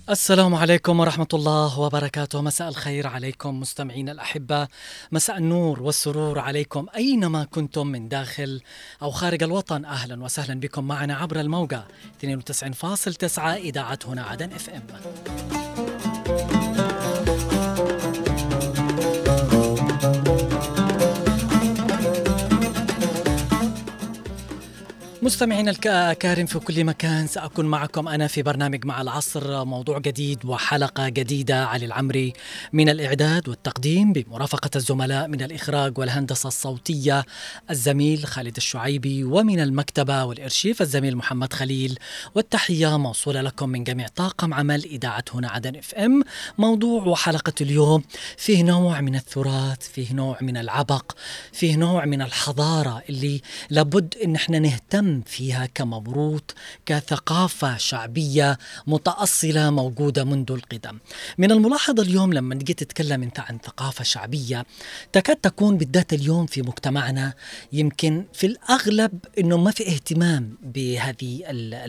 السلام عليكم ورحمة الله وبركاته. مساء الخير عليكم مستمعين الأحبة، مساء النور والسرور عليكم أينما كنتم من داخل أو خارج الوطن. أهلا وسهلا بكم معنا عبر الموجة 92.9 إذاعة هنا عدن FM. مستمعين الكرام في كل مكان، سأكون معكم أنا في برنامج مع العصر، موضوع جديد وحلقة جديدة. علي العمري من الإعداد والتقديم بمرافقة الزملاء من الإخراج والهندسة الصوتية الزميل خالد الشعيبي، ومن المكتبة والإرشيف الزميل محمد خليل. والتحية موصولة لكم من جميع طاقم عمل إذاعة هنا عدن FM. موضوع وحلقة اليوم فيه نوع من التراث، فيه نوع من العبق، فيه نوع من الحضارة اللي لابد إن احنا نهتم فيها كموروث، كثقافة شعبية متأصلة موجودة منذ القدم. من الملاحظ اليوم لما نجي تتكلم انت عن ثقافة شعبية، تكاد تكون بالذات اليوم في مجتمعنا يمكن في الأغلب انه ما في اهتمام بهذه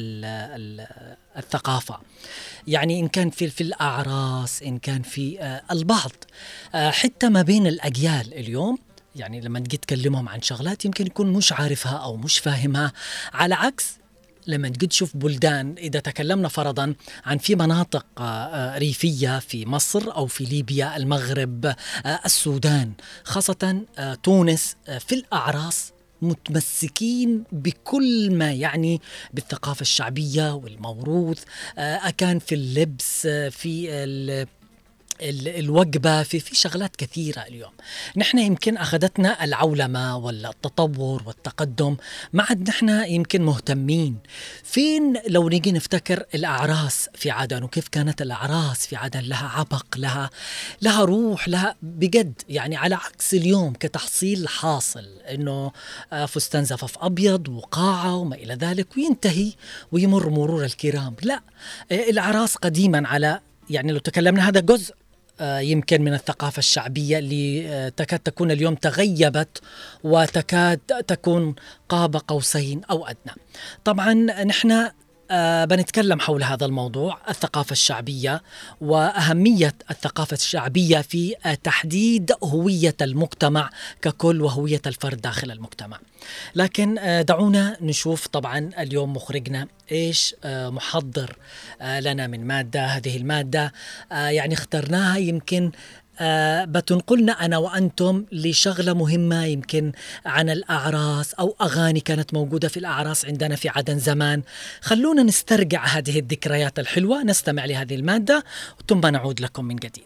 الثقافة. يعني إن كان في الأعراس، إن كان في البعض، حتى ما بين الأجيال اليوم، يعني لما نجي تكلمهم عن شغلات يمكن يكون مش عارفها أو مش فاهمها. على عكس لما نجي تشوف بلدان، إذا تكلمنا فرضا عن في مناطق ريفية في مصر أو في ليبيا، المغرب، السودان، خاصة تونس، في الأعراس متمسكين بكل ما يعني بالثقافة الشعبية والموروث. كان في اللبس، في الوجبة، في شغلات كثيرة. اليوم نحن يمكن أخذتنا العولمة والتطور والتقدم، ما عاد نحن يمكن مهتمين. فين لو نيجي نفتكر الأعراس في عدن، وكيف كانت الأعراس في عدن لها عبق، لها روح، لها بجد. يعني على عكس اليوم كتحصيل حاصل إنه فستان زفاف أبيض وقاعة وما إلى ذلك وينتهي ويمر مرور الكرام. لا، الأعراس قديما، على يعني لو تكلمنا هذا جزء يمكن من الثقافة الشعبية اللي تكاد تكون اليوم تغيبت وتكاد تكون قاب قوسين أو أدنى. طبعا نحن بنتكلم حول هذا الموضوع، الثقافة الشعبية وأهمية الثقافة الشعبية في تحديد هوية المجتمع ككل وهوية الفرد داخل المجتمع. لكن دعونا نشوف طبعا اليوم مخرجنا إيش محضر لنا من مادة. هذه المادة يعني اخترناها يمكن بتنقلنا أنا وأنتم لشغلة مهمة، يمكن عن الأعراس أو أغاني كانت موجودة في الأعراس عندنا في عدن زمان. خلونا نسترجع هذه الذكريات الحلوة، نستمع لهذه المادة ثم نعود لكم من جديد.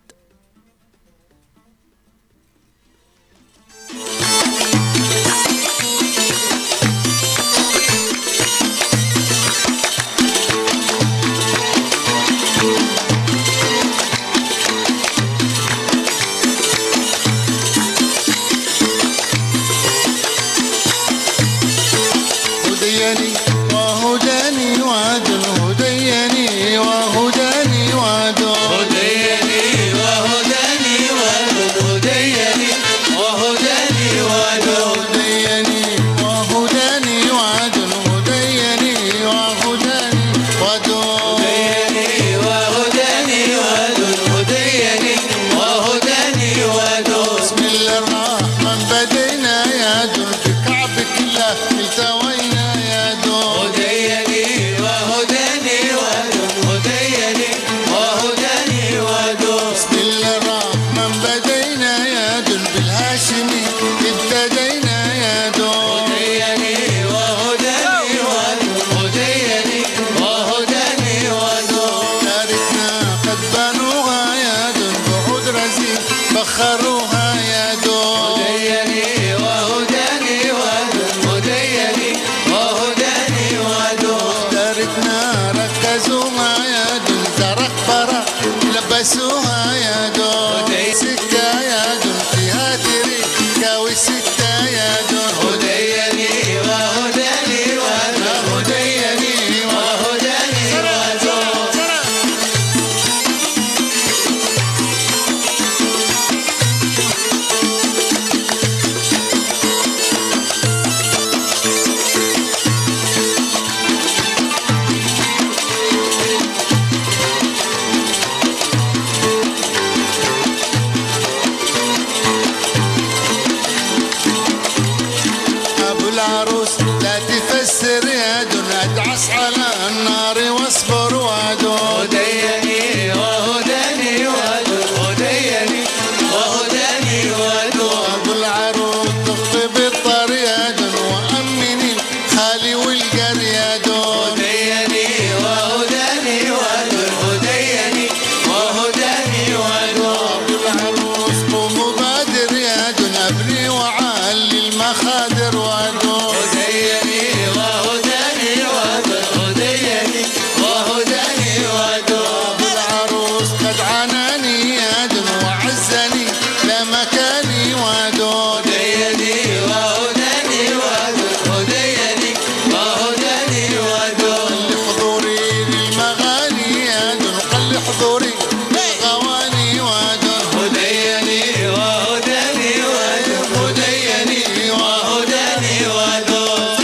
على النار واصبر وادود. هديني وهداني وادود، هديني وهداني وادود. ابو العروس تخفي بالطرياد وامني خالي والقريادون. هديني وهداني وادود، هديني وهداني وادود. ابو العروس قوم بادر يا دون ابني وعلي المخادر وادود. هديني وهداني وادود، هديني وهداني وادود. ابو العروس قد عناني يا دون وعزني لمكاني وادود. هديني وهداني وادود، هديني وهداني وادود. خلي حضوري للمغاني يا دون خلي حضوري للغواني وادود. هديني وهداني وادود، هديني وهداني وادود.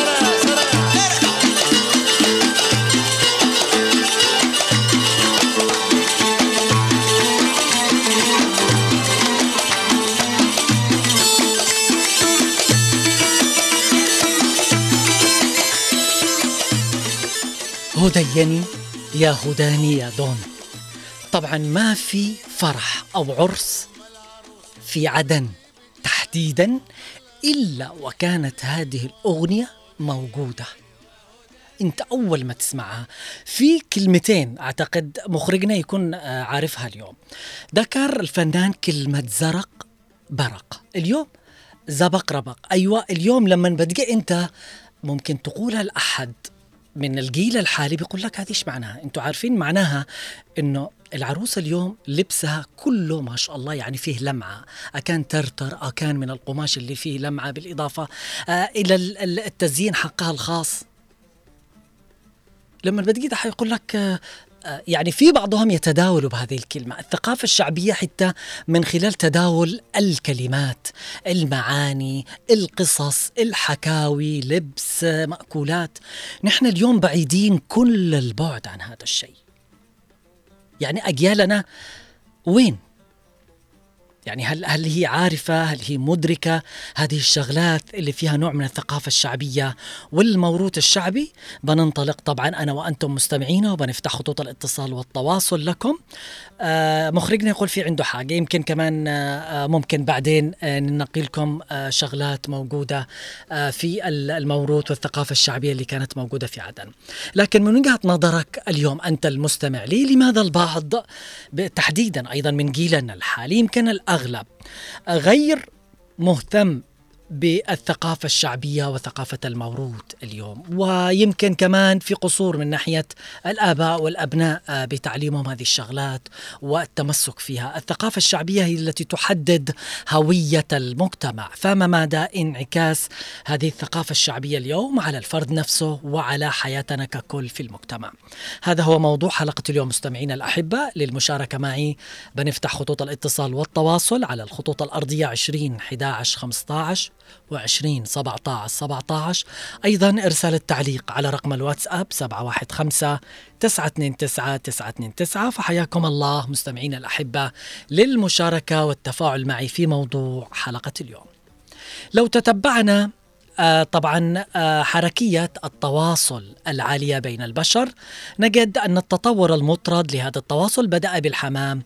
هديني يا هداني يا دون. طبعا ما في فرح أو عرس في عدن تحديدا إلا وكانت هذه الأغنية موجودة. انت أول ما تسمعها في كلمتين أعتقد مخرجنا يكون عارفها اليوم. ذكر الفنان كلمة زرق برق، اليوم زبق ربق. أيوة اليوم لما بدقى أنت ممكن تقولها لأحد من الجيل الحالي بيقول لك هذه ايش معناها. انتوا عارفين معناها انه العروسة اليوم لبسها كله ما شاء الله يعني فيه لمعة، أكان ترتر أكان من القماش اللي فيه لمعة، بالإضافة إلى التزيين حقها الخاص. لما بدقيدة حيقول لك يعني في بعضهم يتداولوا بهذه الكلمة. الثقافة الشعبية حتى من خلال تداول الكلمات، المعاني، القصص، الحكاوي، لبس، مأكولات. نحن اليوم بعيدين كل البعد عن هذا الشيء. يعني أجيالنا وين؟ يعني هل هي عارفة، هل هي مدركة هذه الشغلات اللي فيها نوع من الثقافة الشعبية والموروث الشعبي؟ بننطلق طبعا أنا وأنتم مستمعين وبنفتح خطوط الاتصال والتواصل لكم. مخرجنا يقول في عنده حاجة، يمكن كمان ممكن بعدين ننقل لكم شغلات موجودة في الموروث والثقافة الشعبية اللي كانت موجودة في عدن. لكن من وجهة نظرك اليوم أنت المستمع لي، لماذا البعض تحديدا أيضا من جيلنا الحالي يمكن الأغلب غير مهتم بالثقافة الشعبية وثقافة الموروث اليوم، ويمكن كمان في قصور من ناحية الآباء والأبناء بتعليمهم هذه الشغلات والتمسك فيها؟ الثقافة الشعبية هي التي تحدد هوية المجتمع، فما مدى انعكاس هذه الثقافة الشعبية اليوم على الفرد نفسه وعلى حياتنا ككل في المجتمع؟ هذا هو موضوع حلقة اليوم مستمعينا الأحبة. للمشاركة معي بنفتح خطوط الاتصال والتواصل على الخطوط الأرضية 20 11 15 و20 17 17. أيضا إرسال التعليق على رقم الواتساب 715 929 929. فحياكم الله مستمعين الأحبة للمشاركة والتفاعل معي في موضوع حلقة اليوم. لو تتبعنا طبعا حركية التواصل العالية بين البشر، نجد أن التطور المطرد لهذا التواصل بدأ بالحمام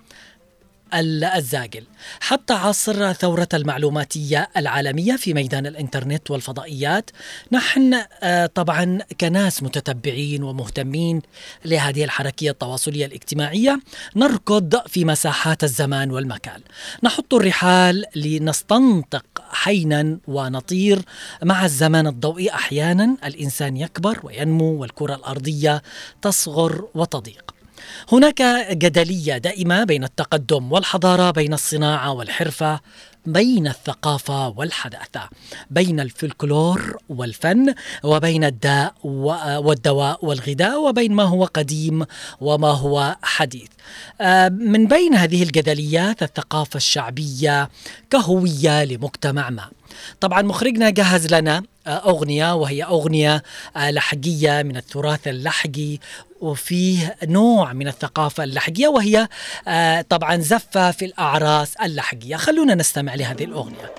الزاجل حتى عصر ثورة المعلوماتية العالمية في ميدان الإنترنت والفضائيات. نحن طبعا كناس متتبعين ومهتمين لهذه الحركية التواصلية الاجتماعية نركض في مساحات الزمان والمكان، نحط الرحال لنستنطق حينا ونطير مع الزمان الضوئي. أحيانا الإنسان يكبر وينمو والكرة الأرضية تصغر وتضيق. هناك جدلية دائمة بين التقدم والحضارة، بين الصناعة والحرفة، بين الثقافة والحداثة، بين الفلكلور والفن، وبين الداء والدواء والغذاء، وبين ما هو قديم وما هو حديث. من بين هذه الجدليات الثقافة الشعبية كهوية لمجتمع ما. طبعا مخرجنا جهز لنا أغنية، وهي أغنية لحجية من التراث اللحجي، وفيه نوع من الثقافة اللحجية، وهي طبعا زفة في الأعراس اللحجية. خلونا نستمع لهذه الأغنية.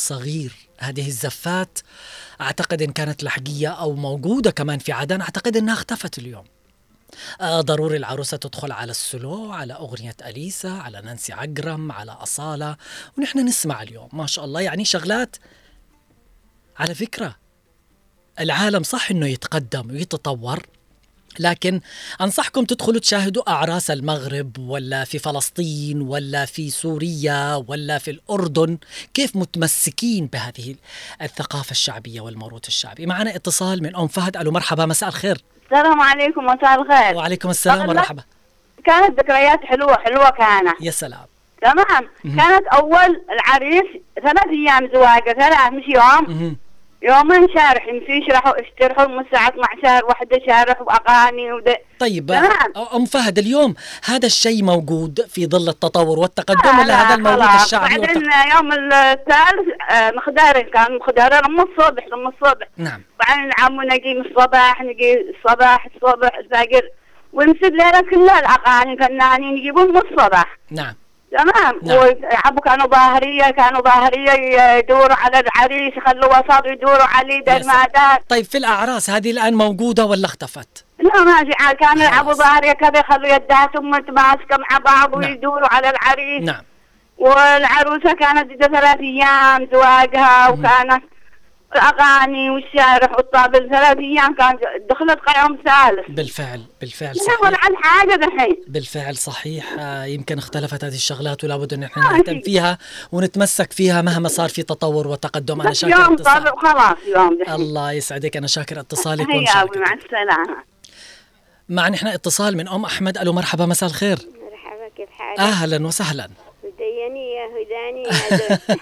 الصغير. هذه الزفات أعتقد إن كانت لحقية أو موجودة كمان في عدن، أعتقد إنها اختفت اليوم. ضروري العروسة تدخل على السلو، على أغنية أليسا، على نانسي عجرم، على أصالة، ونحن نسمع اليوم ما شاء الله يعني شغلات. على فكرة العالم صح إنه يتقدم ويتطور، لكن أنصحكم تدخلوا تشاهدوا أعراس المغرب ولا في فلسطين ولا في سوريا ولا في الأردن، كيف متمسكين بهذه الثقافة الشعبية والموروث الشعبي. معنا اتصال من أم فهد. ألو مرحبا، مساء الخير. السلام عليكم، مساء الخير. وعليكم السلام ومرحبا. كانت ذكريات حلوة كانت. يا سلام. تمام. كانت أول العريس 3 أيام زواجه، 3 مش يوم. يومين شارح يشرحوا يشترحوا من الساعة 12 1 شارح وأغاني طيب أم فهد، اليوم هذا الشيء موجود في ظل التطور والتقدم ولا هذا الموروث الشعبي؟ بعدين يوم الثالث مخدار، كان مخدار لما الصبح. نعم. بعدين عمو نجي من الصباح، نجي الصباح الفجر، ونسد ليلة كلها الأغاني، فنانين يجيبون من الصباح. نعم. تمام. نعم. ويعبوا كانوا ظاهرية يدوروا على العريس، يخلوا وسط يدوروا عليه درمادات. طيب في الأعراس هذه الآن موجودة ولا اختفت؟ لا ماشي، كانوا يلعبوا ظاهرية كذا، يخلوا يداتهم متماسكة مع بعض ويدوروا على العريس. نعم. والعروسة كانت 3 أيام زواجها، وكانت الأغاني والشارح والطابل 3 أيام، كان دخلت قيام ثالث. بالفعل صحيح. ولا عن حاجة دحين. بالفعل صحيح. يمكن اختلفت هذه الشغلات ولا بد ان احنا نهتم فيها ونتمسك فيها مهما صار في تطور وتقدم. انا شاكر يوم طابع وخلاص يوم دحين. الله يسعدك، انا شاكر اتصالك ومشاركتك. مع السلامة. معنا احنا اتصال من ام احمد. الو مرحبا، مساء الخير. مرحبا، كيف حالك؟ اهلا وسهلا. هديني يا هداني يا دول.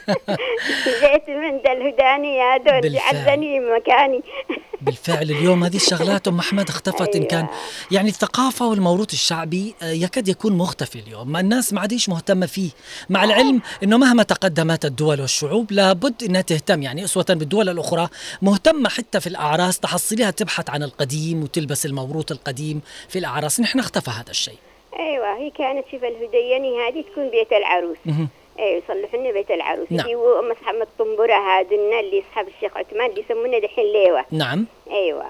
جئت من ذا الهداني يا دول، جعلني مكاني. بالفعل اليوم هذه الشغلات ام احمد اختفت. ان كان يعني الثقافه والموروث الشعبي يكاد يكون مختفي اليوم، ما الناس ما عادش مهتمه فيه، مع العلم انه مهما تقدمت الدول والشعوب لابد انها تهتم، يعني اسوه بالدول الاخرى مهتمه حتى في الاعراس تحصليها تبحث عن القديم وتلبس الموروث القديم في الاعراس. نحن اختفى هذا الشيء. ايوه، هي كانت شوف الهديني هذه تكون بيت العروس. ايوه، يصلحوا لنا بيت العروس. نعم. يجيبوا مصحف الطنبوره هذونا اللي يصحب الشيخ عثمان اللي يسمونه دحين ليوه. نعم. ايوه.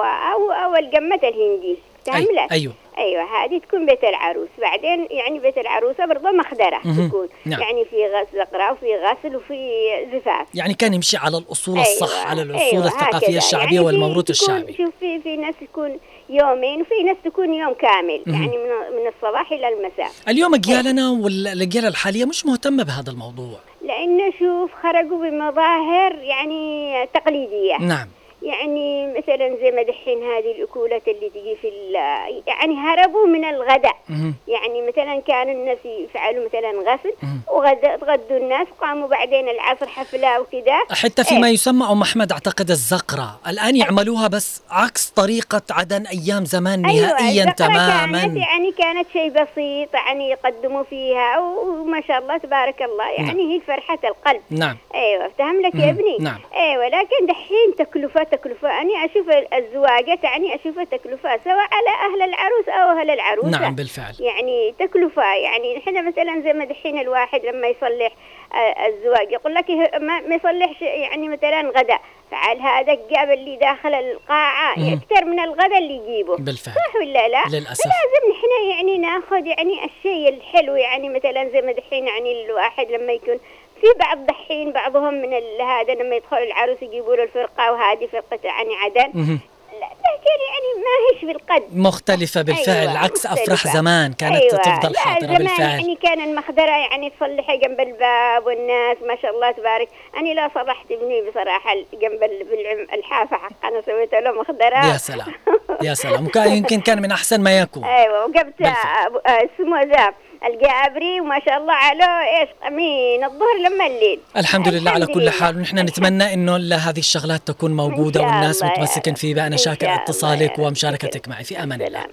او القمه الهندي تعمله. ايوه هذه تكون بيت العروس. بعدين يعني بيت العروسه برضه مخدره تكون. نعم. يعني في غسل قراء وفي غسل وفي زفاف. يعني كان يمشي على الاصول الصح، على الاصول الثقافيه الشعبيه يعني والموروث الشعبي. شوف في ناس تكون يومين وفي ناس تكون يوم كامل. يعني من الصباح الى المساء. اليوم اجيالنا والاجيال الحاليه مش مهتمه بهذا الموضوع، لانه شوف خرجوا بمظاهر يعني تقليديه. نعم. يعني مثلا زي ما دحين هذه الأكولات اللي تجي في يعني هربوا من الغداء. يعني مثلا كانوا الناس يفعلوا مثلا غسل وغدوا الناس، قاموا بعدين العصر حفلة وكذا. حتى فيما يسمى أم أحمد أعتقد الزقرة الآن يعملوها بس عكس طريقة عدن أيام زمان نهائيا. تماما. كانت شيء بسيط يعني يقدموا فيها، وما شاء الله تبارك الله يعني. نعم. هي فرحة القلب. نعم. ايوه فهم لك يا ابني. نعم. ايوه، لكن دحين تكلفة أنا أشوف الزواجة يعني أشوف تكلفة سواء على أهل العروس أو أهل العروسة. نعم بالفعل. يعني تكلفة يعني نحن مثلا زي ما دحين الواحد لما يصلح الزواج يقول لك ما يصلحش يعني مثلا غدا، فعل هذا الجاب اللي داخل القاعة أكثر من الغدا اللي يجيبه. بالفعل. صح ولا لا؟ للأسف. لازم نحن يعني ناخذ يعني الشيء الحلو، يعني مثلا زي ما دحين يعني الواحد لما يكون في بعض دحين بعضهم من هذا لما يدخل العروس يجيبوا له الفرقة، وهذه فرقة يعني عدن. لكن يعني ما هيش بالقد مختلفة بالفعل. أيوة عكس مختلفة. أفراح زمان كانت تفضل حاضرة بالفعل. يعني كان المخدرة يعني تصلحها جنب الباب والناس ما شاء الله تبارك. أنا لا صلحت ابني بصراحة جنب الحافة حق أنا سويت له مخدرة. يا سلام يا سلام. يمكن كان من أحسن ما يكون. أيوة، وجبت اسمه ذا الجابري وما شاء الله عليه ايش من الظهر لما الليل. الحمد لله على كل حال، ونحن نتمنى انه هذه الشغلات تكون موجوده والناس متمسكين فيها. انا شاكر اتصالك ومشاركتك معي، في امان الله.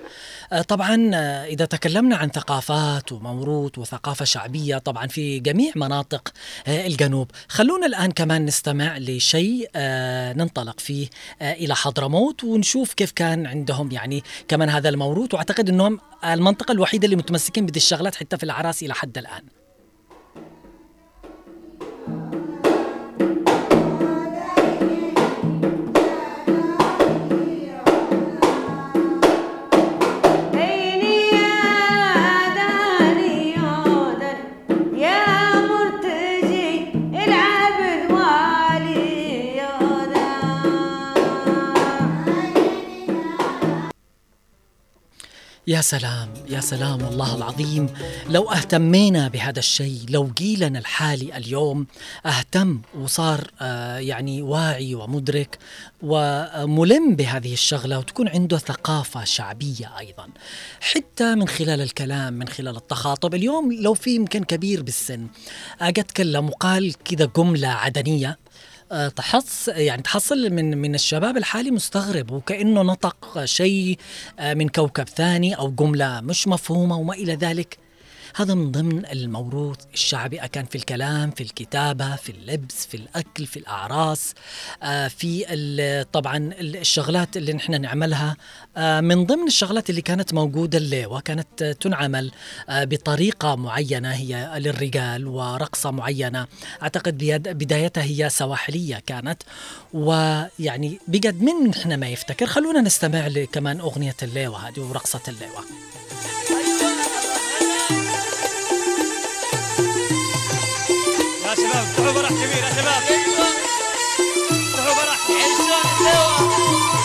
طبعا إذا تكلمنا عن ثقافات وموروث وثقافة شعبية طبعا في جميع مناطق الجنوب، خلونا الآن كمان نستمع لشيء ننطلق فيه إلى حضرموت ونشوف كيف كان عندهم يعني كمان هذا الموروث. وأعتقد أنهم المنطقة الوحيدة اللي متمسكين بهذه الشغلات حتى في الأعراس إلى حد الآن. يا سلام يا سلام، والله العظيم لو اهتمينا بهذا الشيء، لو جيلنا الحالي اليوم اهتم وصار يعني واعي ومدرك وملم بهذه الشغلة، وتكون عنده ثقافة شعبية أيضا، حتى من خلال الكلام، من خلال التخاطب. اليوم لو في يمكن كبير بالسن أجي أتكلم وقال كذا جملة عدنية، تحصل من الشباب الحالي مستغرب، وكأنه نطق شيء من كوكب ثاني أو جملة مش مفهومة وما إلى ذلك. هذا من ضمن الموروث الشعبي، كان في الكلام، في الكتابة، في اللبس، في الأكل، في الأعراس، في طبعا الشغلات اللي نحن نعملها. من ضمن الشغلات اللي كانت موجودة الليوة، كانت تنعمل بطريقة معينة هي للرجال، ورقصة معينة أعتقد بدايتها هي سواحلية كانت، ويعني بجد من نحن ما يفتكر. خلونا نستمع كمان أغنية الليوة هذه ورقصة الليوة. يا شباب افتحوا فرح كبير يا شباب، افتحوا فرح عيشوا الليوة.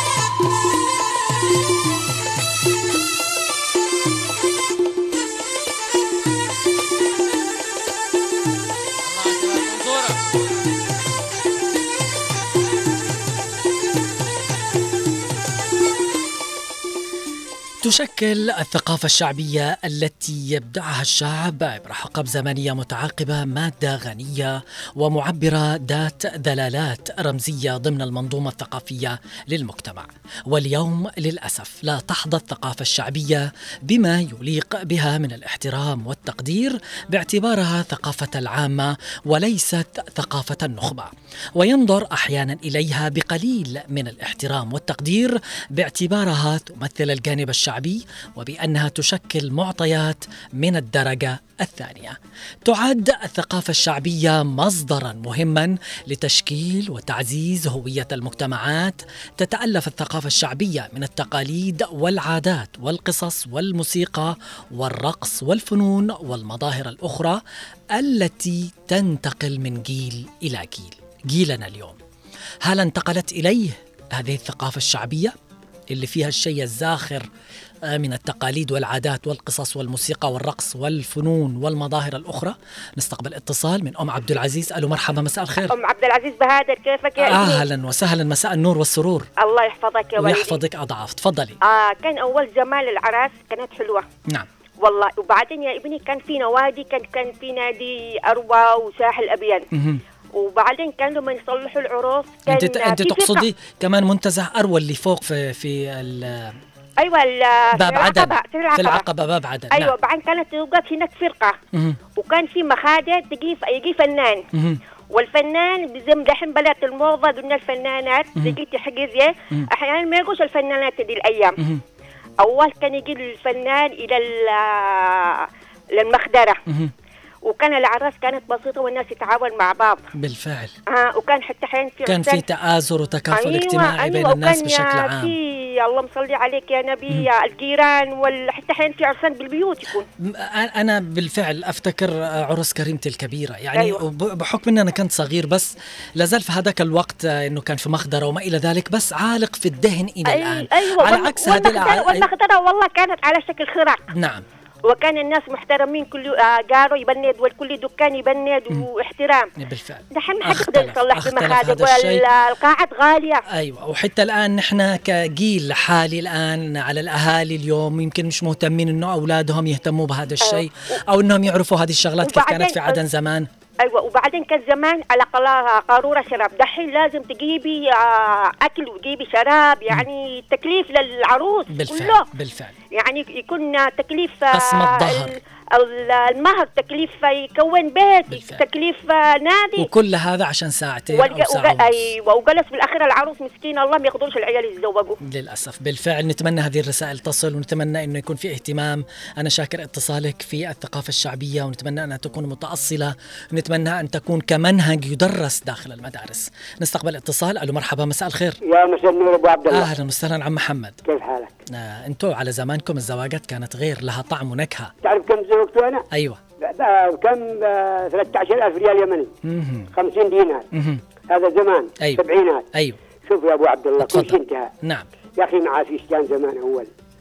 تشكل الثقافة الشعبية التي يبدعها الشعب عبر حقب زمنية متعاقبة مادة غنية ومعبرة ذات دلالات رمزية ضمن المنظومة الثقافية للمجتمع. واليوم للأسف لا تحظى الثقافة الشعبية بما يليق بها من الاحترام والتقدير، باعتبارها ثقافة العامة وليست ثقافة النخبة، وينظر أحيانا إليها بقليل من الاحترام والتقدير باعتبارها تمثل الجانب الشعبي، وبأنها تشكل معطيات من الدرجة الثانية. تعد الثقافة الشعبية مصدرا مهما لتشكيل وتعزيز هوية المجتمعات. تتألف الثقافة الشعبية من التقاليد والعادات والقصص والموسيقى والرقص والفنون والمظاهر الأخرى التي تنتقل من جيل إلى جيل. جيلنا اليوم هل انتقلت إليه هذه الثقافة الشعبية اللي فيها الشيء الزاخر من التقاليد والعادات والقصص والموسيقى والرقص والفنون والمظاهر الأخرى؟ نستقبل اتصال من أم عبد العزيز. ألو مرحبا، مساء الخير. أم عبد العزيز بهادر، كيفك يا ابني؟ أهلا وسهلا، مساء النور والسرور. الله يحفظك يا ولدي ويحفظك أضعاف. تفضلي. كان أول زمان العراس كانت حلوة. نعم والله. وبعدين يا ابني كان في نوادي، كان في نادي أروى وساحل أبيان. وبعدين كان لما يصلحوا العروس كان انت تقصدي كمان منتزه أروى اللي فوق في ايوه باب عدن، في العقبة باب عدن. ايوه نعم. بعدين كانت توقف هناك فرقة. وكان في مخادة يجي فنان. والفنان زي دحين بلات الموضة قلنا الفنانات تجي تحجز احيانا ما يجوش الفنانات دي الايام. اول كان يجي الفنان الى للمخدرة. وكان العراس كانت بسيطة والناس يتعاون مع بعض بالفعل. وكان حتى حين كان في تآزر وتكافل اجتماعي بين الناس بشكل عام. في اللهم صل عليك يا نبي الجيران، وحتى حين في عرسان بالبيوت يكون. أنا بالفعل أفتكر عرس كريمتي الكبيرة يعني. أيوة. بحكم أني أنا كنت صغير، بس لازال في هذاك الوقت أنه كان في مخدرة وما إلى ذلك، بس عالق في الدهن إلى الآن. أيوة. على عكس هذه والمخدرة والله كانت على شكل خراق. نعم. وكان الناس محترمين، كل جاره يبند والكل دكان يبند واحترام. بالفعل. دحين ما حد يقدر يصلح بمخادم، والقاعات غالية. أيوة. وحتى الآن نحن كجيل حالي الآن على الأهالي اليوم يمكن مش مهتمين إنه أولادهم يهتموا بهذا الشيء. أو إنهم يعرفوا هذه الشغلات كيف كانت في عدن زمان. ايوه. وبعدين كان زمان على قاروره شراب، دحين لازم تجيبي اكل وتجيبي شراب، يعني تكليف للعروس. بالفعل. بالفعل. يعني يكون تكليف قسم الظهر، المهر، تكليف يكون بيت، بالفعل. تكليف نادي، وكل هذا عشان ساعتين أو ساعة. ايوه. وجلس بالاخير العروس مسكين الله ما يقدرش العيال يتزوجوا للاسف. بالفعل. نتمنى هذه الرسائل تصل، ونتمنى انه يكون في اهتمام. انا شاكر اتصالك في الثقافة الشعبية، ونتمنى انها تكون متأصلة، ونتمنى ان تكون كمنهج يدرس داخل المدارس. نستقبل اتصال. الو مرحبا، مساء الخير. يا مساء النور ابو عبد الله. اهلا وسهلا عم محمد، كيف حالك؟ انتوا على زمانكم الزواجات كانت غير، لها طعم ونكهة. تعرف كم زوجت انا؟ ايوه. كم 13,000 ريال يمني. 50 دينار. هذا زمان. أيوة. سبعينات. ايوه. شوف يا ابو عبد الله كل شيء انتهى. نعم يا اخي ما عاد فيش كان زمان اول.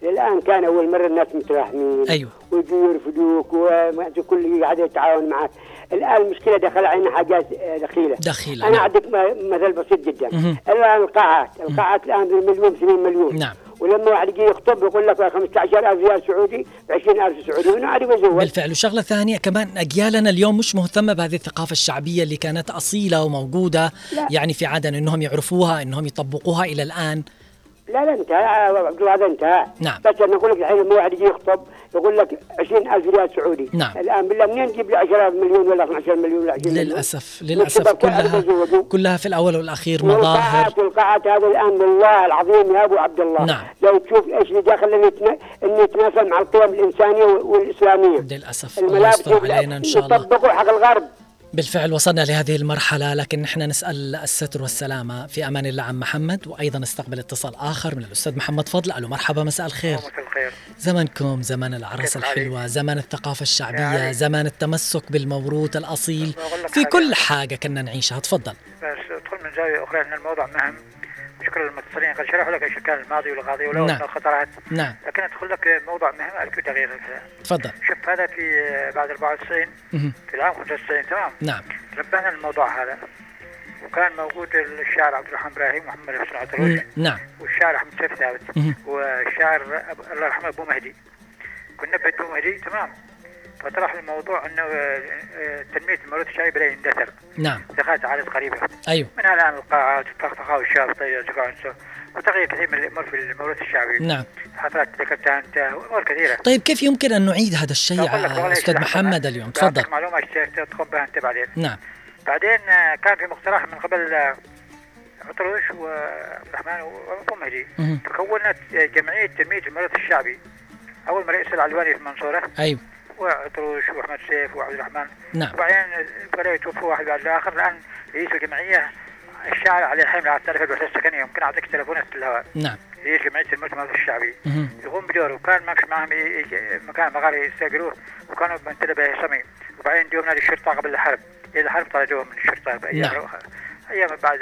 الآن كان أول مرة الناس متراحمين. أيوة. ويجوا يرفدوك وكل قاعد يتعاون معك. الآن المشكلة دخل علينا حاجات دخيلة. أنا أعطيك مثل بسيط جدا. الآن القاعات الآن بمليون 2 مليون. نعم. ولما واحد يجي يخطب يقول لك 15,000 ريال سعودي ب20,000 سعودي وأنا عارف أزوج. بالفعل. وشغلة ثانية كمان أجيالنا اليوم مش مهتمة بهذه الثقافة الشعبية اللي كانت أصيلة وموجودة لا. يعني في عدن إنهم يعرفوها إنهم يطبقوها إلى الآن. لا انتهى عبد الله هذا انتهى. نعم. بس انا اقول لك الحين لما واحد يجي يخطب يقول لك 20,000 ريال سعودي. نعم. الان بالله منين نجيب له 10 مليون ولا 12 مليون ولا 20 مليون؟ للاسف كلها في الاول والاخير مظاهر. والقاعات هذا الان والله العظيم يا ابو عبد الله. نعم. لو تشوف ايش اللي داخل انه يتناسب مع القيم الانسانيه والاسلاميه. للاسف الله يستر علينا ان شاء الله. يطبقوا حق الغرب. بالفعل وصلنا لهذه المرحلة، لكن نحن نسأل الستر والسلامة. في أمان الله عم محمد. وأيضا نستقبل اتصال آخر من الأستاذ محمد فضل. ألو مرحبا، مساء الخير. زمنكم زمن الأعراس الحلوة، زمن الثقافة الشعبية، زمن التمسك بالموروث الأصيل في كل حاجة كنا نعيشها. تفضل. بس ادخل من زاوية أخرى أن الموضوع مهم. شكرا للمتصلين قد شرحوا لك ايش كان الماضي والغاضي ولو نعم. الخطرات. نعم. لكن ادخل لك موضوع مهم أرجو تغيير. تفضل. شوف هذا في بعد 94 في العام 95 تمام. نعم. ربحنا الموضوع هذا وكان موجود الشاعر عبد الرحمن إبراهيم ومحمد حسن عطروش. نعم. والشاعر أحمد سيف ثابت والشاعر الله يرحمه أبو مهدي. كنا بيت أبو مهدي تمام. فطرح الموضوع انه تنميه الموروث الشعبي بدا يندثر. نام دخلت عادات قريبه. ايوه. منها الان القاعات والطقطقه والشابطه وتغيير كثير من الامور في الموروث الشعبي. نعم. حفلات ذكرتها انت وامور كثيره. طيب كيف يمكن ان نعيد هذا الشيء استاذ محمد اليوم؟ تفضل. معلومه تقوم بها انت بعدين. نعم. بعدين كان في مقترح من قبل عطروش وعبد الرحمن وابو مهدي تكونت جمعيه تنميه الموروث الشعبي. اول ما رئيس العلواني في المنصوره. ايوه. وعطروش واحمد سيف وعبد الرحمن. نعم. وبعدين بدأوا يتوفوا واحد بعد الاخر. الان رئيس الجمعيه الشاعر علي حامل على التعريف الوحده السكنيه. يمكن اعطيك تليفونات في الهواء. نعم. رئيس جمعيه المؤتمر الشعبي يقوم بدوره. وكان ما مش معهم مكان مغاري يستاجروه وكانوا بمنتدى صميم. وبعدين جوهم نادي الشرطه قبل الحرب. الى الحرب طردوهم من الشرطه بايام. نعم. ايام بعد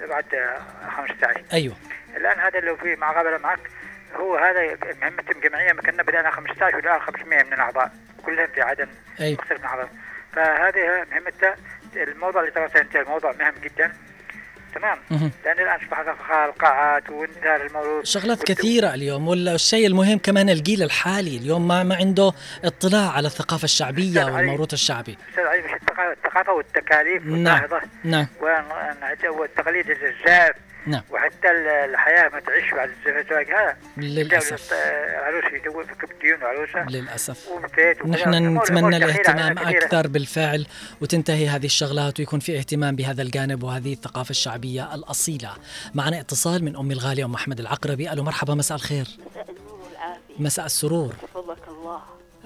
15. ايوه. الان هذا اللي فيه معقبله معك هو هذا مهمة جمعية مكنا بدأنا 15 والآن 500 من الأعضاء كلهم في عدن. أيوة. مختلف من الأعضاء. فهذه مهمتها. الموضوع اللي ترى انت الموضوع مهم جدا. تمام. لأن الآن أصبح القاعات وانتهار الموروث شغلات كثيرة اليوم. والشيء المهم كمان الجيل الحالي اليوم ما عنده اطلاع على الثقافة الشعبية والموروث الشعبي. أستاذ علي مش الثقافة والتكاليف والنهضة. نعم. والتقاليد الزاف. نعم. وحتى الحياة ما تعيش بعد الزواج هذا للأسف. العروس يدور في ديون وعروسة للأسف. نحن نتمنى الاهتمام أكثر بالفعل وتنتهي هذه الشغلات ويكون في اهتمام بهذا الجانب وهذه الثقافة الشعبية الأصيلة. معنا اتصال من أمي الغالية أم أحمد العقربي. ألو مرحبا، مساء الخير. مساء النور والعافية. مساء السرور. حفظك الله.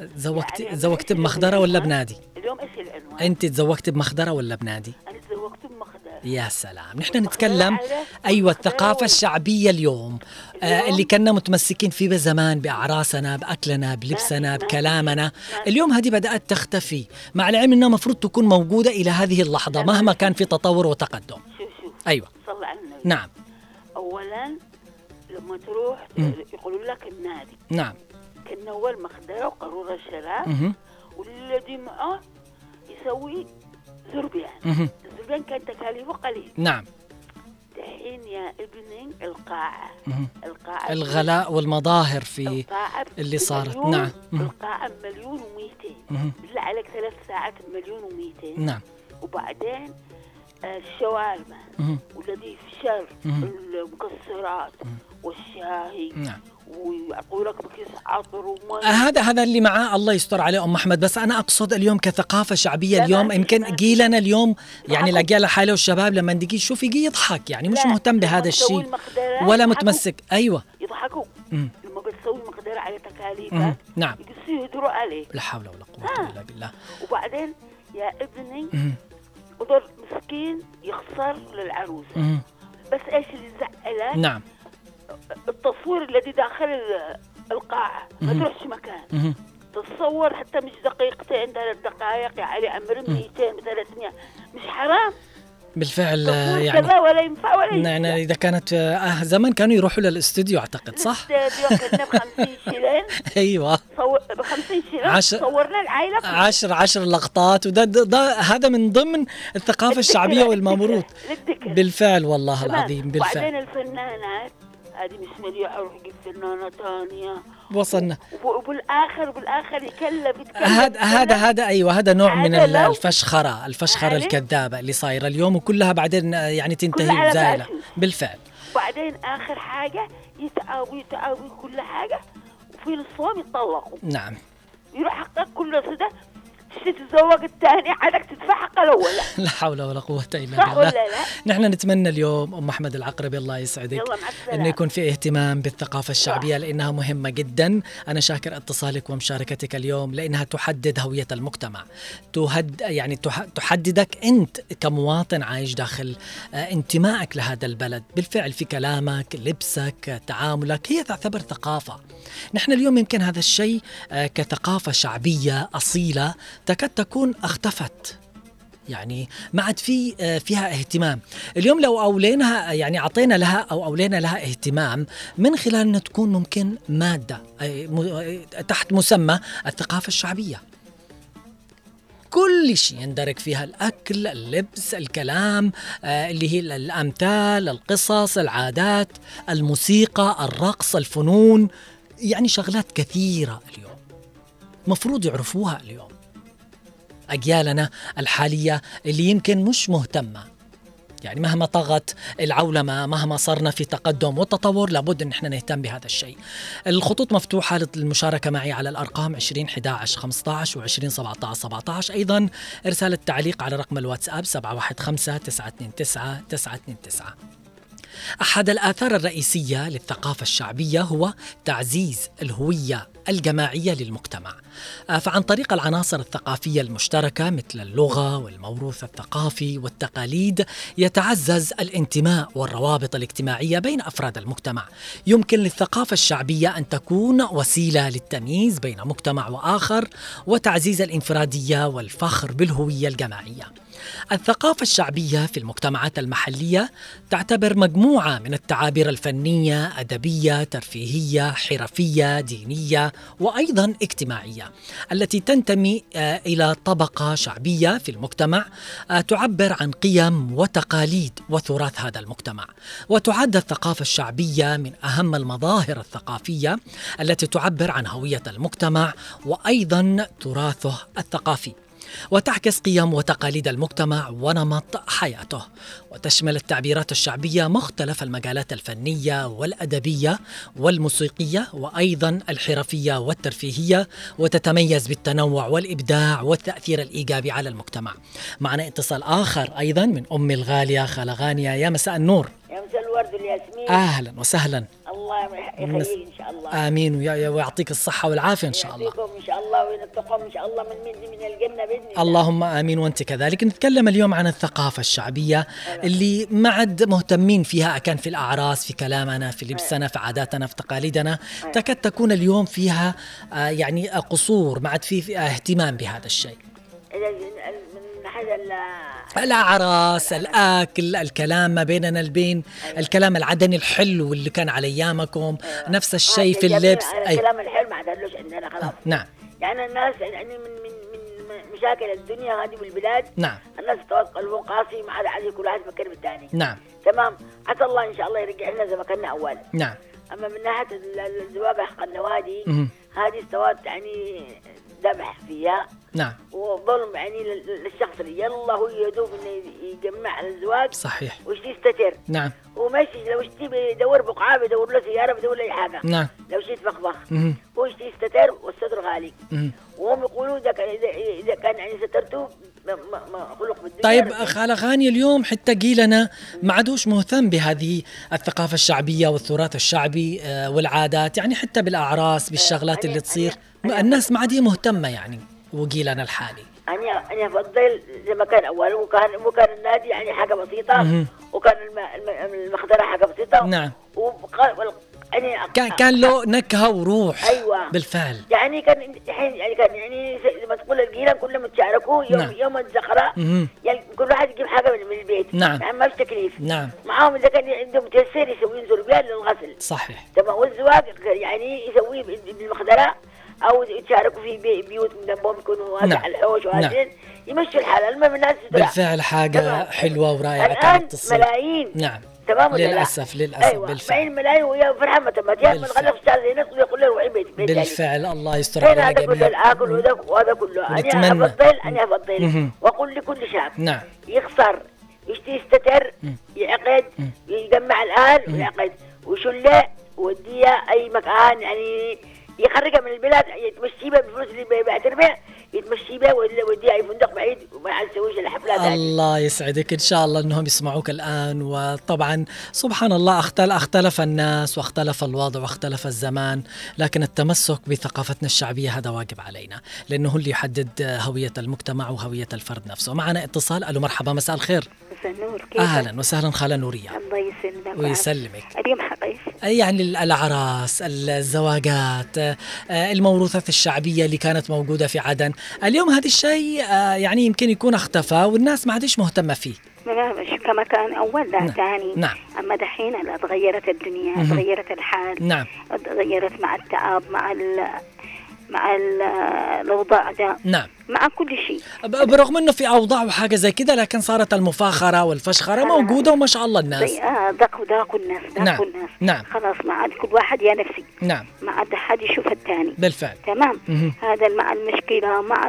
تزوجت بمخدرة ولا بنادي؟ اليوم ايش العنوان؟ أنت تزوجت بمخدرة ولا بنادي؟ أنا تزوجت بمخدرة. يا سلام. نحن نتكلم أيوة الثقافة الشعبية اليوم اللي كنا متمسكين فيه زمان بأعراسنا بأكلنا بلبسنا بكلامنا. اليوم هذه بدأت تختفي مع العلم أنها مفروض تكون موجودة إلى هذه اللحظة مهما كان في تطور وتقدم. شوف أيوة. صل على النبي. نعم. أولا لما تروح يقولوا لك النادي. نعم. كنا أول مخدرة وقارورة الشراب والذي معه يسوي زربيان. الزربيان كان تكاليفه قليل. نعم. دحين يا ابني القاعة الغلاء والمظاهر في اللي صارت. نعم. القاعة 1,200,000. بالله عليك 3 ساعات 1,200,000. نعم. وبعدين الشوارما والذي في شر المكسرات والشاهي. نعم. ويعطوا لك بكيس عطر وماء. هذا اللي معاه الله يستر عليه أم أحمد. بس أنا أقصد اليوم كثقافة شعبية اليوم يمكن جيلنا اليوم يعني الأجيال الحالية والشباب لما نجي شوف يجي يضحك يعني مش مهتم بهذا الشيء ولا متمسك. أيوة. يضحكوا لما بتسوي مقدرة على تكاليفك. نعم. يقصوا يدروا عليك. لا حول ولا قوة إلا بالله. وبعدين يا ابني قدر مسكين يخسر للعروسة. بس إيش اللي زعلك؟ نعم. التصوير الذي داخل القاعة ما تروحش مكان. تتصور حتى مش دقيقتين 3 دقائق يا علي عمر 200 300 مش حرام؟ بالفعل يعني كذا ولا ينفع ولا ينفع. يعني إذا كانت زمان كانوا يروحوا للاستوديو أعتقد صح؟ الاستوديو كنا ب50 شيلين. أيوة ب50 شيلين صورنا العائلة 10 لقطات، وده هذا من ضمن الثقافة الشعبية والموروث. بالفعل والله العظيم. بالفعل. وبعدين الفنانات هذه مش مليحة، أروح أجيب فنانة ثانية. وصلنا. وبالآخر يكلف. هذا أيوة، هذا نوع من الفشخرة الكذابة اللي صايرة اليوم، وكلها بعدين يعني تنتهي بزايلة. بالفعل. وبعدين آخر حاجة يتعاوي كل حاجة، وفي نصهم يتطلقوا. نعم. يروح حقك كل صدق تتزوج الثاني عادك تدفع حق الأول. لا حول ولا قوة إلا بالله. صح ولا لا؟ نحن نتمنى اليوم أم أحمد العقربي الله يسعدك أن يكون في اهتمام بالثقافة الشعبية لأنها مهمة جدا. أنا شاكر اتصالك ومشاركتك اليوم لأنها تحدد هوية المجتمع، يعني تحددك أنت كمواطن عايش داخل انتمائك لهذا البلد. بالفعل في كلامك، لبسك، تعاملك، هي تعتبر ثقافة. نحن اليوم يمكن هذا الشيء كثقافة شعبية أصيلة تكاد تكون اختفت، يعني ما عاد فيها اهتمام. اليوم لو أوليناها يعني أعطينا لها أو أولينا لها اهتمام من خلال أن تكون ممكن مادة تحت مسمى الثقافة الشعبية. كل شيء يندرج فيها الأكل، اللبس، الكلام، اللي هي الأمثال، القصص، العادات، الموسيقى، الرقص، الفنون، يعني شغلات كثيرة اليوم مفروض يعرفوها اليوم أجيالنا الحالية اللي يمكن مش مهتمة. يعني مهما طغت العولمة، مهما صرنا في تقدم وتطور، لابد أن احنا نهتم بهذا الشيء. الخطوط مفتوحة للمشاركة معي على الأرقام 2011-15 و2017-17. أيضا إرسال التعليق على رقم الواتساب 715-929-929. أحد الآثار الرئيسية للثقافة الشعبية هو تعزيز الهوية الجماعية للمجتمع، فعن طريق العناصر الثقافية المشتركة مثل اللغة والموروث الثقافي والتقاليد يتعزز الانتماء والروابط الاجتماعية بين أفراد المجتمع. يمكن للثقافة الشعبية أن تكون وسيلة للتمييز بين مجتمع وآخر وتعزيز الانفرادية والفخر بالهوية الجماعية. الثقافة الشعبية في المجتمعات المحلية تعتبر مجموعة من التعابير الفنية، أدبية، ترفيهية، حرفية، دينية وأيضا اجتماعية التي تنتمي إلى طبقة شعبية في المجتمع تعبر عن قيم وتقاليد وتراث هذا المجتمع. وتعد الثقافة الشعبية من أهم المظاهر الثقافية التي تعبر عن هوية المجتمع وأيضا تراثه الثقافي، وتعكس قيم وتقاليد المجتمع ونمط حياته. وتشمل التعبيرات الشعبية مختلف المجالات الفنية والأدبية والموسيقية وأيضا الحرفية والترفيهية، وتتميز بالتنوع والإبداع والتأثير الإيجابي على المجتمع. معنا اتصال آخر أيضا من أمي الغالية خالة غانية. يا مساء النور. يا مساء الورد والياسمين. أهلا وسهلا. الله يخليك إن شاء الله. آمين ويعطيك الصحة والعافية إن شاء الله. يعطيكم إن شاء الله وينتقم إن شاء الله من الجنة بإذن الله. اللهم آمين وأنت كذلك. نتكلم اليوم عن الثقافة الشعبية اللي ما عاد مهتمين فيها، كان في الأعراس، في كلامنا، في لبسنا، في عاداتنا، في تقاليدنا، تكاد تكون اليوم فيها يعني قصور، ما عاد في اهتمام بهذا الشيء. الأعراس، الأكل، الكلام ما بيننا البين، الكلام العدني الحلو اللي كان على أيامكم، نفس الشيء في اللبس. الكلام الحلو ما عدلوش عندنا خلاص. نعم. يعني الناس يعني من مشاكل الدنيا هذه والبلاد. نعم. الناس قلبهم قاسي، ما عاد كل واحد يفكر بالثاني. نعم. تمام. عسى الله إن شاء الله يرجع لنا زي ما كنا أول. نعم. أما من ناحية الزواج حق النوادي هذه استوت يعني ذبح فيها. نعم. وظلم يعني للشخص اللي يلا هو يدوب انه يجمع الزواج. صحيح. وش يستتر. نعم. وماشي لو اشتي بيدور بقعه، بيدور له سياره، بيدور له اي حاجه. نعم. لو شيت فخفخ هو يشتي يستتر والستر غالي. وهم يقولوا اذا كان يعني سترته ما خلق بالدنيا. طيب خالة غانية، اليوم حتى جيلنا ما عادوش مهتم بهذه الثقافة الشعبية والتراث الشعبي والعادات، يعني حتى بالأعراس بالشغلات اللي تصير الناس ما عاد مهتمة يعني. وجيلنا الحالي أنا أفضل زي ما كان أول، وكان النادي يعني حاجة بسيطة، وكان المخدرة حاجة بسيطة. نعم. كان له نكهة وروح. أيوة بالفعل. يعني كان زي ما تقول الجيران كلهم يتشاركوا يوم الزخرة، يعني كل واحد يجيب حاجة من البيت. نعم. يعني ما فيش تكليف. نعم. معاهم إذا كان عندهم تيسير يسوون زربيان للغسل. صحيح. تمام. والزواج يعني يسويه بالمخدرة أو يتشاركوا في بيوت من جنبهم يكونوا على الحوش وهذين يمشوا الحال. المهم الناس بالفعل حاجة حلوة ورائعة. الآن ملايين. نعم. تمام. للأسف أيوة. بالفعل. ملايين ويا فرحان متى يا من غلق الشارع زي ناس ويقول له روحي بيت بالفعل. الله يستر علينا جميعا. هذا كله الآكل وهذا كله أنا أفضل وأقول لكل شاب نعم يخسر يستتر يعقد يجمع الأهل ويعقد وشله وديها أي مكان، يعني يخرجها من البلاد يتمشي بها بالفلوس اللي بيعترفها يتمشي بها ويوديها أي فندق بعيد وما يسويش الحفلات. الله يسعدك. إن شاء الله أنهم يسمعوك الآن. وطبعا سبحان الله اختلف الناس واختلف الوضع واختلف الزمان، لكن التمسك بثقافتنا الشعبية هذا واجب علينا، لأنه هو اللي يحدد هوية المجتمع وهوية الفرد نفسه. معنا اتصال. ألو مرحبا، مساء الخير. نور. أهلا وسهلا خالة نورية. الله يسلمك ويسلمك. اليوم حقيقي يعني الأعراس، الزواجات، الموروثات الشعبية اللي كانت موجودة في عدن، اليوم هذا الشيء يعني يمكن يكون اختفى والناس ما عادش مهتمة فيه كما كان أول. لا ثاني. نعم. أما دحين تغيرت الدنيا، تغيرت الحال. نعم. تغيرت مع التعب مع الأوضاع ده. نعم. مع كل شيء. برغم انه في اوضاع وحاجه زي كده، لكن صارت المفاخره والفشخره موجوده وما شاء الله الناس. ضاقوا الناس. نعم. الناس. نعم. خلاص ما عاد كل واحد يا نفسي. نعم. ما عاد حد يشوف الثاني. بالفعل. تمام. هذا مع المشكله مع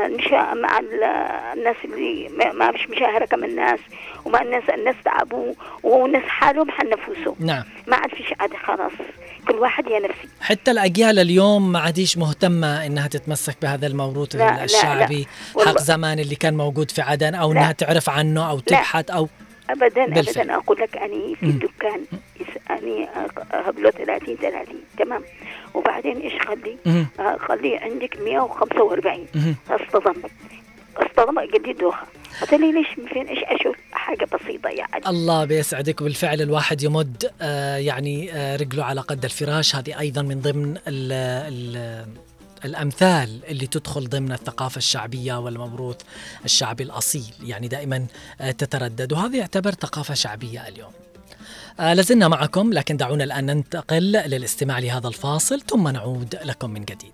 الناس اللي ما مش مشاهره كم الناس، ومع الناس تعبوا والناس حالهم حل نفوسهم. نعم. ما عاد فيش عاد خلاص كل واحد يا نفسي. حتى الأجيال اليوم ما عاديش مهتمة إنها تتمسك بهذا الموروث الشعبي حق زمان اللي كان موجود في عدن، أو إنها تعرف عنه أو تبحث أو أبدا. أقول لك أني في الدكان أني هبلو 30 تمام، وبعدين إيش خلي عندك 145. اصطدم جديد دوخة. قلت لي ليش فين ايش اشوف حاجه بسيطه يعني. الله بيسعدك. بالفعل الواحد يمد يعني رجله على قد الفراش، هذه ايضا من ضمن الامثال اللي تدخل ضمن الثقافه الشعبيه والموروث الشعبي الاصيل، يعني دائما تتردد، وهذا يعتبر ثقافه شعبيه اليوم. لازلنا معكم، لكن دعونا الان ننتقل للاستماع لهذا الفاصل ثم نعود لكم من جديد.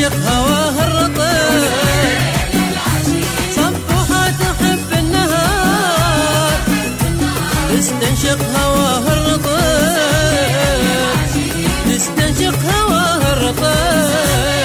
تستنشق هواها الرطب صبوحة تحب النهار تستنشق هواها الرطب تستنشق هواها الرطب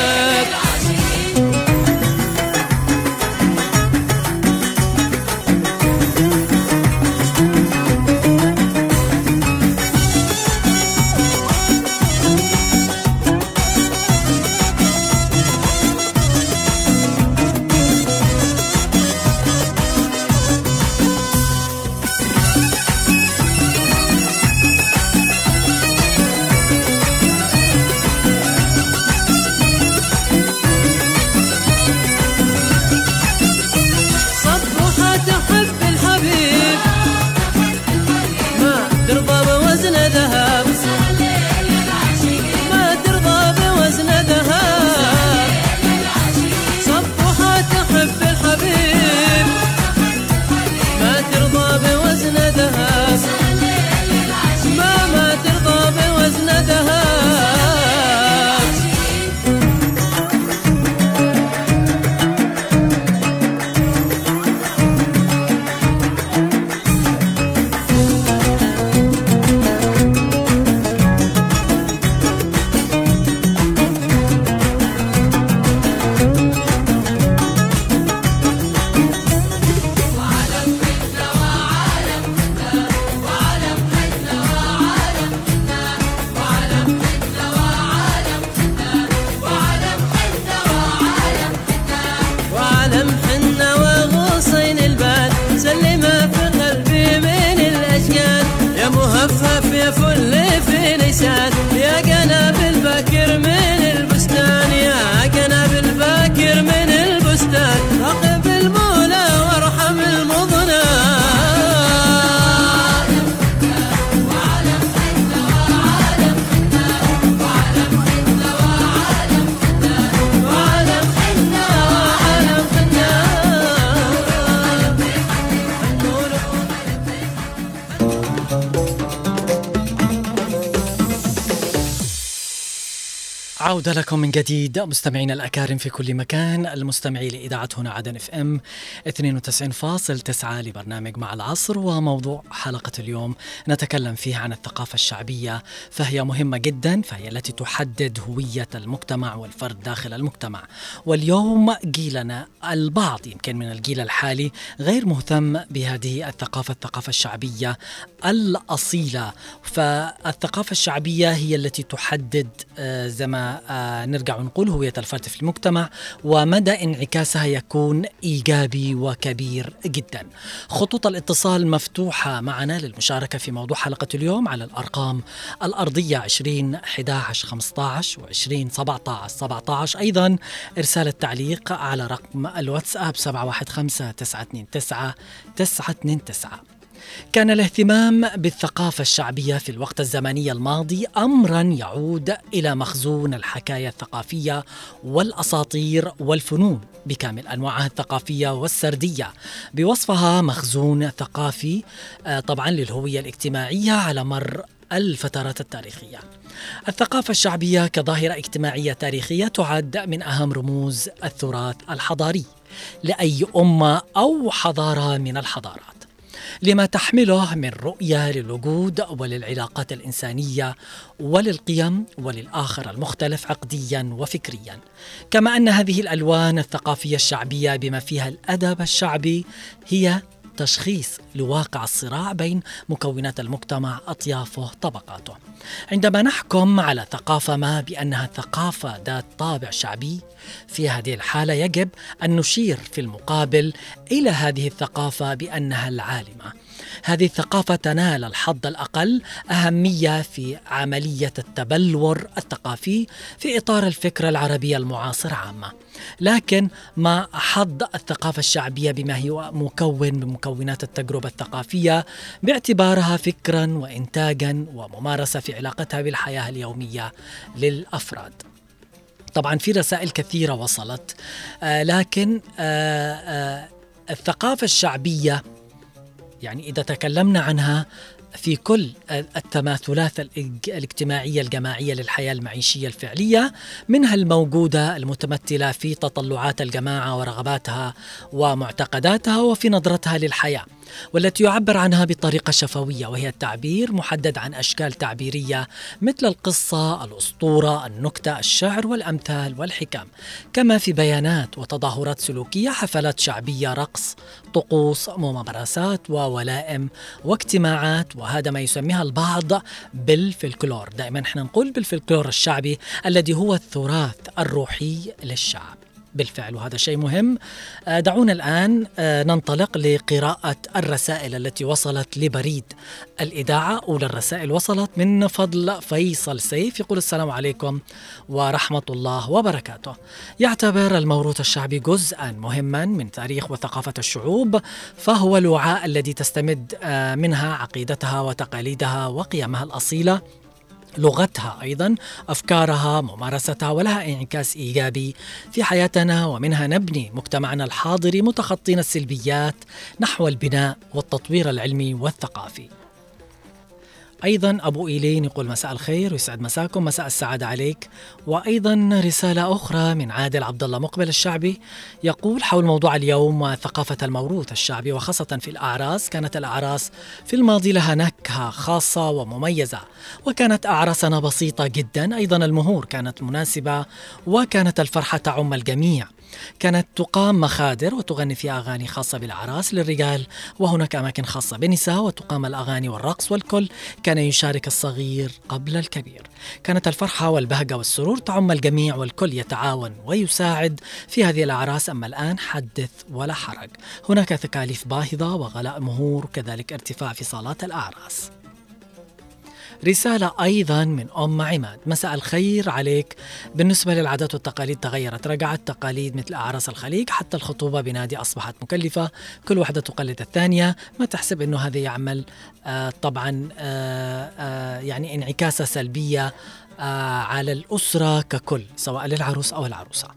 عودة لكم من جديد مستمعين الأكارم في كل مكان، المستمعي لإذاعة هنا عدن FM 92.9 لبرنامج مع العصر. وموضوع حلقة اليوم نتكلم فيه عن الثقافة الشعبية، فهي مهمة جدا، فهي التي تحدد هوية المجتمع والفرد داخل المجتمع. واليوم جيلنا البعض يمكن من الجيل الحالي غير مهتم بهذه الثقافة الشعبية الأصيلة. فالثقافة الشعبية هي التي تحدد زي ما نرجع ونقول هوية الفرد في المجتمع، ومدى انعكاسها يكون إيجابي وكبير جدا. خطوط الاتصال مفتوحة معنا للمشاركة في موضوع حلقة اليوم على الأرقام الأرضية 20 11 15 و20 17 17. أيضا إرسال التعليق على رقم الواتساب 715 929 929. كان الاهتمام بالثقافة الشعبية في الوقت الزمني الماضي أمرا يعود إلى مخزون الحكاية الثقافية والأساطير والفنون بكامل أنواعها الثقافية والسردية، بوصفها مخزون ثقافي طبعا للهوية الاجتماعية على مر الفترات التاريخية. الثقافة الشعبية كظاهرة اجتماعية تاريخية تعد من أهم رموز التراث الحضاري لأي أمة أو حضارة من الحضارات، لما تحمله من رؤية للوجود وللعلاقات الإنسانية وللقيم وللآخر المختلف عقديا وفكريا. كما أن هذه الألوان الثقافية الشعبية بما فيها الأدب الشعبي هي تشخيص لواقع الصراع بين مكونات المجتمع، أطيافه، طبقاته. عندما نحكم على ثقافة ما بأنها ثقافة ذات طابع شعبي، في هذه الحالة يجب أن نشير في المقابل إلى هذه الثقافة بأنها العالمة. هذه الثقافة تنال الحظ الأقل أهمية في عملية التبلور الثقافي في إطار الفكرة العربية المعاصرة عامة، لكن مع حظ الثقافة الشعبية بما هو مكون من مكونات التجربة الثقافية باعتبارها فكرا وإنتاجا وممارسة في علاقتها بالحياة اليومية للأفراد. طبعا في رسائل كثيرة وصلت، لكن الثقافة الشعبية يعني إذا تكلمنا عنها في كل التماثلات الاجتماعية الجماعية للحياة المعيشية الفعلية، منها الموجودة المتمثلة في تطلعات الجماعة ورغباتها ومعتقداتها وفي نظرتها للحياة، والتي يعبر عنها بطريقة شفوية، وهي التعبير محدد عن أشكال تعبيرية مثل القصة، الأسطورة، النكتة، الشعر والأمثال والحكم، كما في بيانات وتظاهرات سلوكية، حفلات شعبية، رقص، طقوس، ممارسات وولائم واجتماعات، وهذا ما يسميها البعض بالفلكلور. دائما احنا نقول بالفلكلور الشعبي الذي هو التراث الروحي للشعب بالفعل، وهذا شيء مهم. دعونا الآن ننطلق لقراءة الرسائل التي وصلت لبريد الإذاعة. أولى الرسائل وصلت من فضل فيصل سيف، يقول السلام عليكم ورحمة الله وبركاته. يعتبر الموروث الشعبي جزءا مهما من تاريخ وثقافة الشعوب، فهو الوعاء الذي تستمد منها عقيدتها وتقاليدها وقيمها الأصيلة، لغتها أيضا، أفكارها، ممارستها، ولها انعكاس إيجابي في حياتنا، ومنها نبني مجتمعنا الحاضر متخطين السلبيات نحو البناء والتطوير العلمي والثقافي. أيضا أبو إيلين يقول مساء الخير ويسعد مساكم، مساء السعادة عليك. وأيضا رسالة أخرى من عادل عبد الله مقبل الشعبي، يقول حول موضوع اليوم وثقافة الموروث الشعبي وخاصة في الأعراس. كانت الأعراس في الماضي لها نكهة خاصة ومميزة، وكانت أعراسنا بسيطة جدا. أيضا المهور كانت مناسبة، وكانت الفرحة تعم الجميع. كانت تقام مخادر وتغني فيها أغاني خاصة بالأعراس للرجال، وهناك أماكن خاصة بالنساء وتقام الأغاني والرقص، والكل كان يشارك الصغير قبل الكبير. كانت الفرحة والبهجة والسرور تعم الجميع، والكل يتعاون ويساعد في هذه الأعراس. أما الآن حدث ولا حرج، هناك تكاليف باهظة وغلاء مهور، وكذلك ارتفاع في صالات الأعراس. رسالة أيضا من أم عماد، مساء الخير عليك. بالنسبة للعادات والتقاليد تغيرت، رجعت تقاليد مثل أعراس الخليج، حتى الخطوبة بنادي أصبحت مكلفة، كل واحدة تقلد الثانية. ما تحسب أنه هذا يعمل طبعا يعني انعكاسة سلبية على الأسرة ككل، سواء للعروس أو العروسة.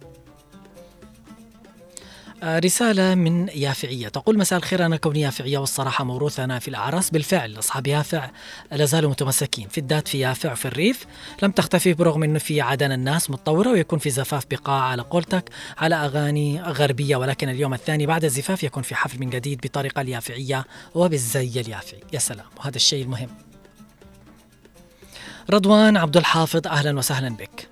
رسالة من يافعية تقول مساء الخير، أنا كوني يافعية والصراحة موروثنا في الأعراس بالفعل. أصحاب يافع لازالوا متمسكين في الذات في يافع وفي الريف، لم تختفي برغم أنه في عادنا الناس متطورة، ويكون في زفاف بقاعة على قولتك على أغاني غربية، ولكن اليوم الثاني بعد الزفاف يكون في حفل من جديد بطريقة اليافعية وبالزي اليافعي. يا سلام، وهذا الشيء المهم. رضوان عبد الحافظ، أهلا وسهلا بك.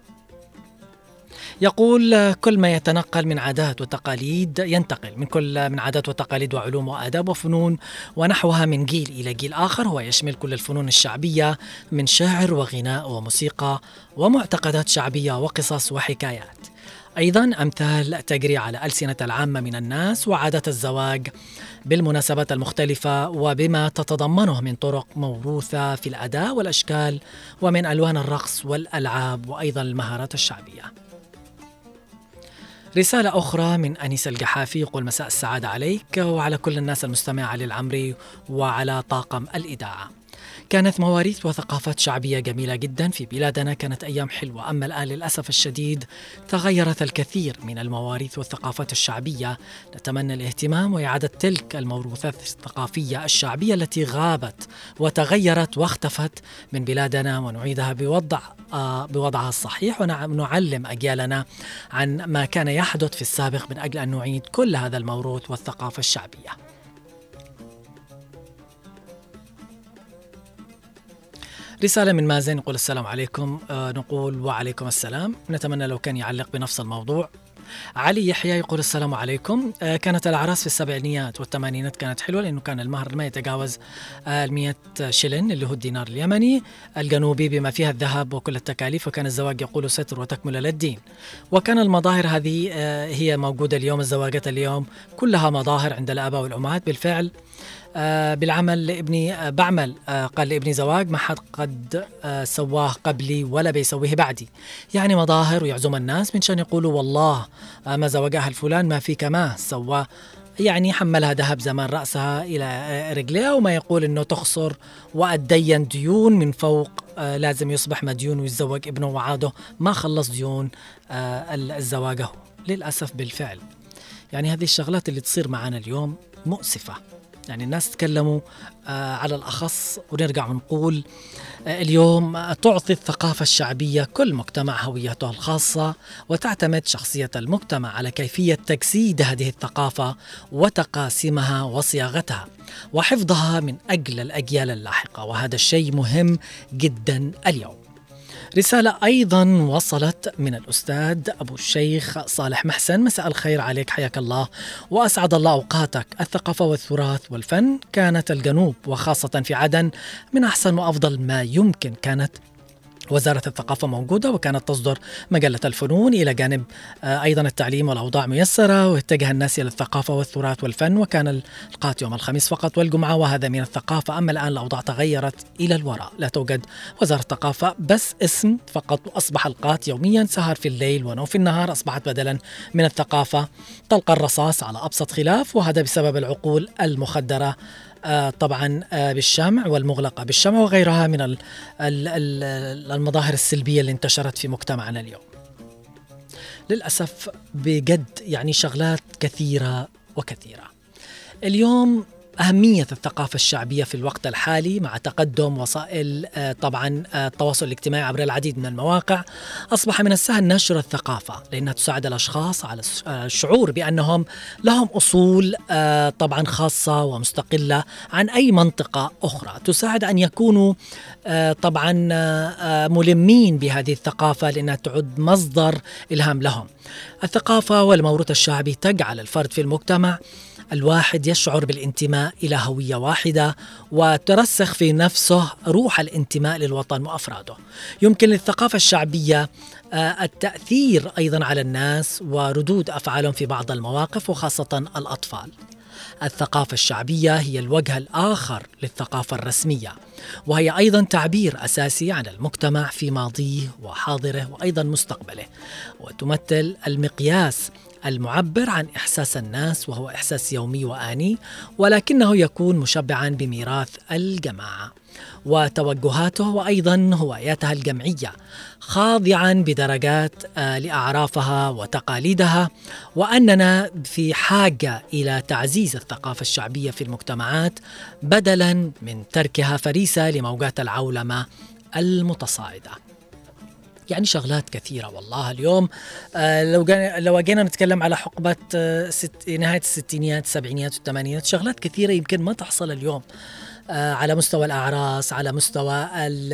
يقول كل ما يتنقل من عادات وتقاليد ينتقل من عادات وتقاليد وعلوم وآداب وفنون ونحوها من جيل إلى جيل آخر، هو يشمل كل الفنون الشعبية من شعر وغناء وموسيقى ومعتقدات شعبية وقصص وحكايات. أيضا أمثال تجري على ألسنة العامة من الناس، وعادات الزواج بالمناسبات المختلفة، وبما تتضمنه من طرق موروثة في الأداء والأشكال، ومن ألوان الرقص والألعاب، وأيضا المهارات الشعبية. رسالة أخرى من أنيس الجحافي، يقول مساء السعادة عليك وعلى كل الناس المستمعة علي العمري وعلى طاقم الإذاعة. كانت مواريث وثقافات شعبية جميلة جدا في بلادنا، كانت أيام حلوة. أما الآن للأسف الشديد تغيرت الكثير من المواريث والثقافات الشعبية. نتمنى الاهتمام وإعادة تلك الموروثات الثقافية الشعبية التي غابت وتغيرت واختفت من بلادنا، ونعيدها بوضعها الصحيح، ونعلم أجيالنا عن ما كان يحدث في السابق من أجل أن نعيد كل هذا الموروث والثقافة الشعبية. رسالة من مازن يقول السلام عليكم، نقول وعليكم السلام. نتمنى لو كان يعلق بنفس الموضوع. علي يحيى يقول السلام عليكم، كانت الأعراس في السبعينيات والثمانينات كانت حلوة، لأنه كان المهر ما يتجاوز 100 شلن اللي هو الدينار اليمني الجنوبي بما فيها الذهب وكل التكاليف، وكان الزواج يقول ستر وتكمل للدين. وكان المظاهر هذه هي موجودة اليوم، الزواجات اليوم كلها مظاهر عند الآباء والأمهات. بالفعل بالعمل لابني بعمل قال لابني زواج ما حد قد سواه قبلي ولا بيسويه بعدي، يعني مظاهر ويعزم الناس من شان يقولوا والله ما زوجها الفلان ما في كما سواه، يعني حملها ذهب زمان رأسها إلى رجلها، وما يقول إنه تخسر وأدين ديون من فوق، لازم يصبح مديون ويتزوج ابنه وعاده ما خلص ديون الزواج. للأسف بالفعل يعني هذه الشغلات اللي تصير معنا اليوم مؤسفة. يعني الناس تكلموا على الأخص، ونرجع ونقول اليوم تعطي الثقافة الشعبية كل مجتمع هويته الخاصة، وتعتمد شخصية المجتمع على كيفية تجسيد هذه الثقافة وتقاسيمها وصياغتها وحفظها من أجل الأجيال اللاحقة، وهذا الشيء مهم جدا اليوم. رسالة أيضا وصلت من الأستاذ أبو الشيخ صالح محسن. مساء الخير عليك، حياك الله وأسعد الله أوقاتك. الثقافة والتراث والفن كانت الجنوب وخاصة في عدن من أحسن وأفضل ما يمكن. كانت وزارة الثقافة موجودة وكانت تصدر مجلة الفنون، إلى جانب أيضا التعليم والأوضاع ميسرة، واتجه الناس إلى الثقافة والتراث والفن، وكان القات يوم الخميس فقط والجمعة، وهذا من الثقافة. أما الآن الأوضاع تغيرت إلى الوراء، لا توجد وزارة الثقافة بس اسم فقط، وأصبح القات يوميا سهر في الليل ونوم في النهار، أصبحت بدلا من الثقافة طلق الرصاص على أبسط خلاف، وهذا بسبب العقول المخدرة طبعا بالشمع والمغلقة بالشمع وغيرها من المظاهر السلبية اللي انتشرت في مجتمعنا اليوم. للأسف بجد يعني شغلات كثيرة وكثيرة. اليوم أهمية الثقافة الشعبية في الوقت الحالي مع تقدم وسائل طبعا التواصل الاجتماعي عبر العديد من المواقع، أصبح من السهل نشر الثقافة لأنها تساعد الأشخاص على الشعور بأنهم لهم أصول طبعا خاصة ومستقلة عن أي منطقة أخرى، تساعد أن يكونوا طبعا ملمين بهذه الثقافة لأنها تعد مصدر إلهام لهم. الثقافة والموروث الشعبي تجعل الفرد في المجتمع الواحد يشعر بالانتماء إلى هوية واحدة، وترسخ في نفسه روح الانتماء للوطن وأفراده. يمكن للثقافة الشعبية التأثير أيضا على الناس وردود أفعالهم في بعض المواقف وخاصة الأطفال. الثقافة الشعبية هي الوجه الآخر للثقافة الرسمية، وهي أيضا تعبير أساسي عن المجتمع في ماضيه وحاضره وأيضا مستقبله، وتمثل المقياس المعبر عن إحساس الناس، وهو إحساس يومي وآني، ولكنه يكون مشبعا بميراث الجماعة وتوجهاته وأيضا هواياتها الجمعية، خاضعا بدرجات لأعرافها وتقاليدها، وأننا في حاجة إلى تعزيز الثقافة الشعبية في المجتمعات بدلا من تركها فريسة لموجات العولمة المتصاعدة. يعني شغلات كثيرة والله اليوم. لو جينا نتكلم على حقبة نهاية الستينيات السبعينيات والثمانينات، شغلات كثيرة يمكن ما تحصل اليوم على مستوى الأعراس، على مستوى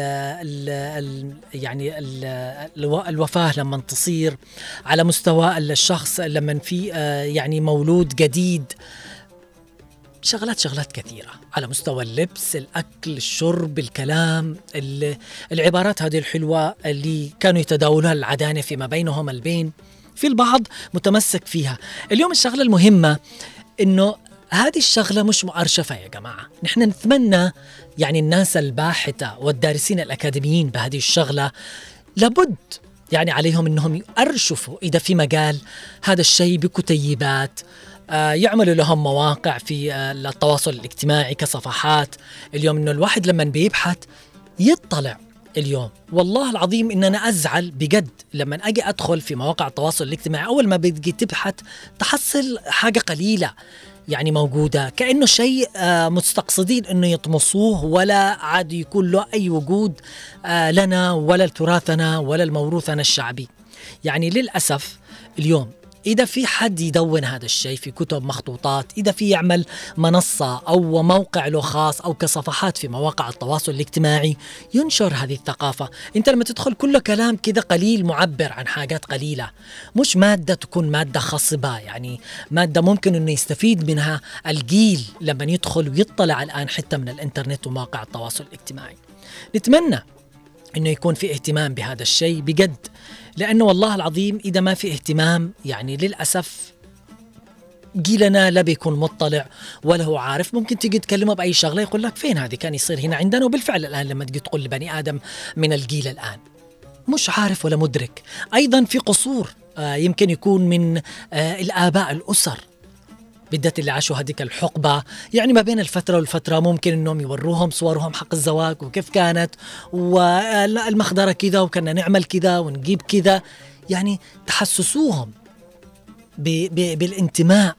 يعني الوفاة لما تصير، على مستوى الشخص لما في يعني مولود جديد، شغلات كثيرة على مستوى اللبس، الأكل، الشرب، الكلام، العبارات هذه الحلوة اللي كانوا يتداولها العدانة فيما بينهم البين، في البعض متمسك فيها. اليوم الشغلة المهمة إنه هذه الشغلة مش مؤرشفة يا جماعة. نحن نتمنى يعني الناس الباحثة والدارسين الأكاديميين بهذه الشغلة لابد يعني عليهم إنهم يؤرشفوا إذا في مجال هذا الشيء بكتيبات، يعملوا لهم مواقع في التواصل الاجتماعي كصفحات. اليوم إنه الواحد لما بيبحث يطلع. اليوم والله العظيم إن أنا أزعل بجد لما أجي أدخل في مواقع التواصل الاجتماعي، أول ما بتجي تبحث تحصل حاجة قليلة يعني موجودة، كأنه شيء مستقصدين أنه يطمسوه، ولا عاد يكون له أي وجود لنا ولا لتراثنا ولا الموروثنا الشعبي. يعني للأسف اليوم إذا في حد يدون هذا الشيء في كتب، مخطوطات، إذا في يعمل منصة أو موقع له خاص أو كصفحات في مواقع التواصل الاجتماعي ينشر هذه الثقافة. أنت لما تدخل كله كلام كذا قليل معبر عن حاجات قليلة، مش مادة تكون مادة خصبة، يعني مادة ممكن أنه يستفيد منها الجيل لما يدخل ويطلع الآن حتى من الإنترنت ومواقع التواصل الاجتماعي. نتمنى أنه يكون في اهتمام بهذا الشيء بجد، لأنه والله العظيم إذا ما في اهتمام يعني للأسف جيلنا لا بيكون مطلع ولا هو عارف. ممكن تيجي تكلمه بأي شغلة يقول لك فين هذه كان يصير هنا عندنا، وبالفعل الآن لما تجي تقول لبني آدم من الجيل الآن مش عارف ولا مدرك. أيضا في قصور يمكن يكون من الآباء، الأسر بالذات اللي عاشوا هذيك الحقبة، يعني ما بين الفترة والفترة ممكن إنهم يوروهم صورهم حق الزواج وكيف كانت، والمخدرة كذا وكنا نعمل كذا ونجيب كذا، يعني تحسسوهم بالانتماء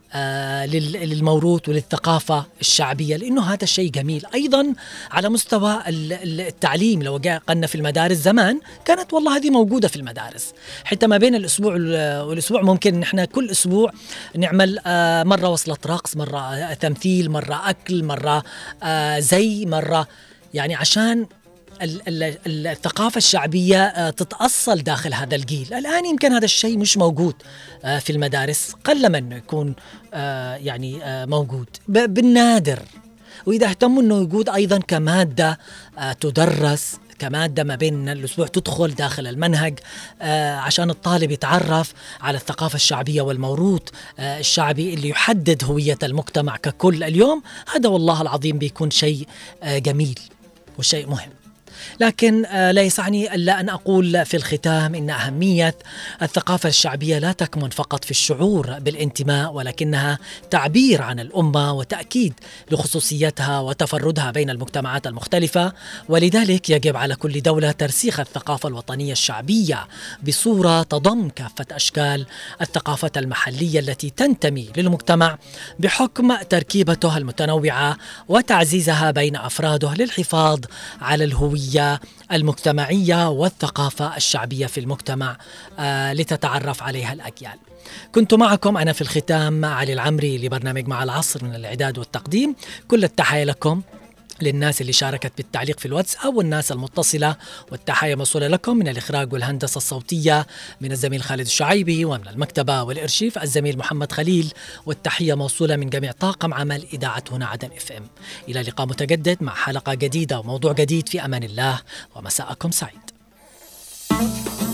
للموروث وللثقافة الشعبية، لأنه هذا الشيء جميل. أيضا على مستوى التعليم، لو قلنا في المدارس زمان كانت والله هذه موجودة في المدارس، حتى ما بين الأسبوع والأسبوع ممكن نحن كل أسبوع نعمل مرة وصلة رقص، مرة تمثيل، مرة أكل، مرة زي، مرة يعني عشان الثقافة الشعبية تتأصل داخل هذا الجيل. الآن يمكن هذا الشيء مش موجود في المدارس، قل من يكون يعني موجود بالنادر، وإذا اهتموا أنه يوجد أيضا كمادة تدرس، كمادة ما بين الأسبوع تدخل داخل المنهج عشان الطالب يتعرف على الثقافة الشعبية والموروث الشعبي اللي يحدد هوية المجتمع ككل اليوم. هذا والله العظيم بيكون شيء جميل وشيء مهم. لكن لا يسعني إلا أن أقول في الختام إن أهمية الثقافة الشعبية لا تكمن فقط في الشعور بالانتماء، ولكنها تعبير عن الأمة وتأكيد لخصوصيتها وتفردها بين المجتمعات المختلفة. ولذلك يجب على كل دولة ترسيخ الثقافة الوطنية الشعبية بصورة تضم كافة أشكال الثقافة المحلية التي تنتمي للمجتمع بحكم تركيبته المتنوعة وتعزيزها بين أفراده للحفاظ على الهوية المجتمعية والثقافة الشعبية في المجتمع لتتعرف عليها الأجيال. كنت معكم أنا في الختام علي العمري لبرنامج مع العصر من الإعداد والتقديم. كل التحية لكم، للناس اللي شاركت بالتعليق في الواتس أو الناس المتصلة، والتحية موصولة لكم من الإخراج والهندسة الصوتية من الزميل خالد الشعيبي، ومن المكتبة والإرشيف الزميل محمد خليل، والتحية موصولة من جميع طاقم عمل إذاعة هنا عدن FM. إلى لقاء متجدد مع حلقة جديدة وموضوع جديد، في أمان الله ومساءكم سعيد.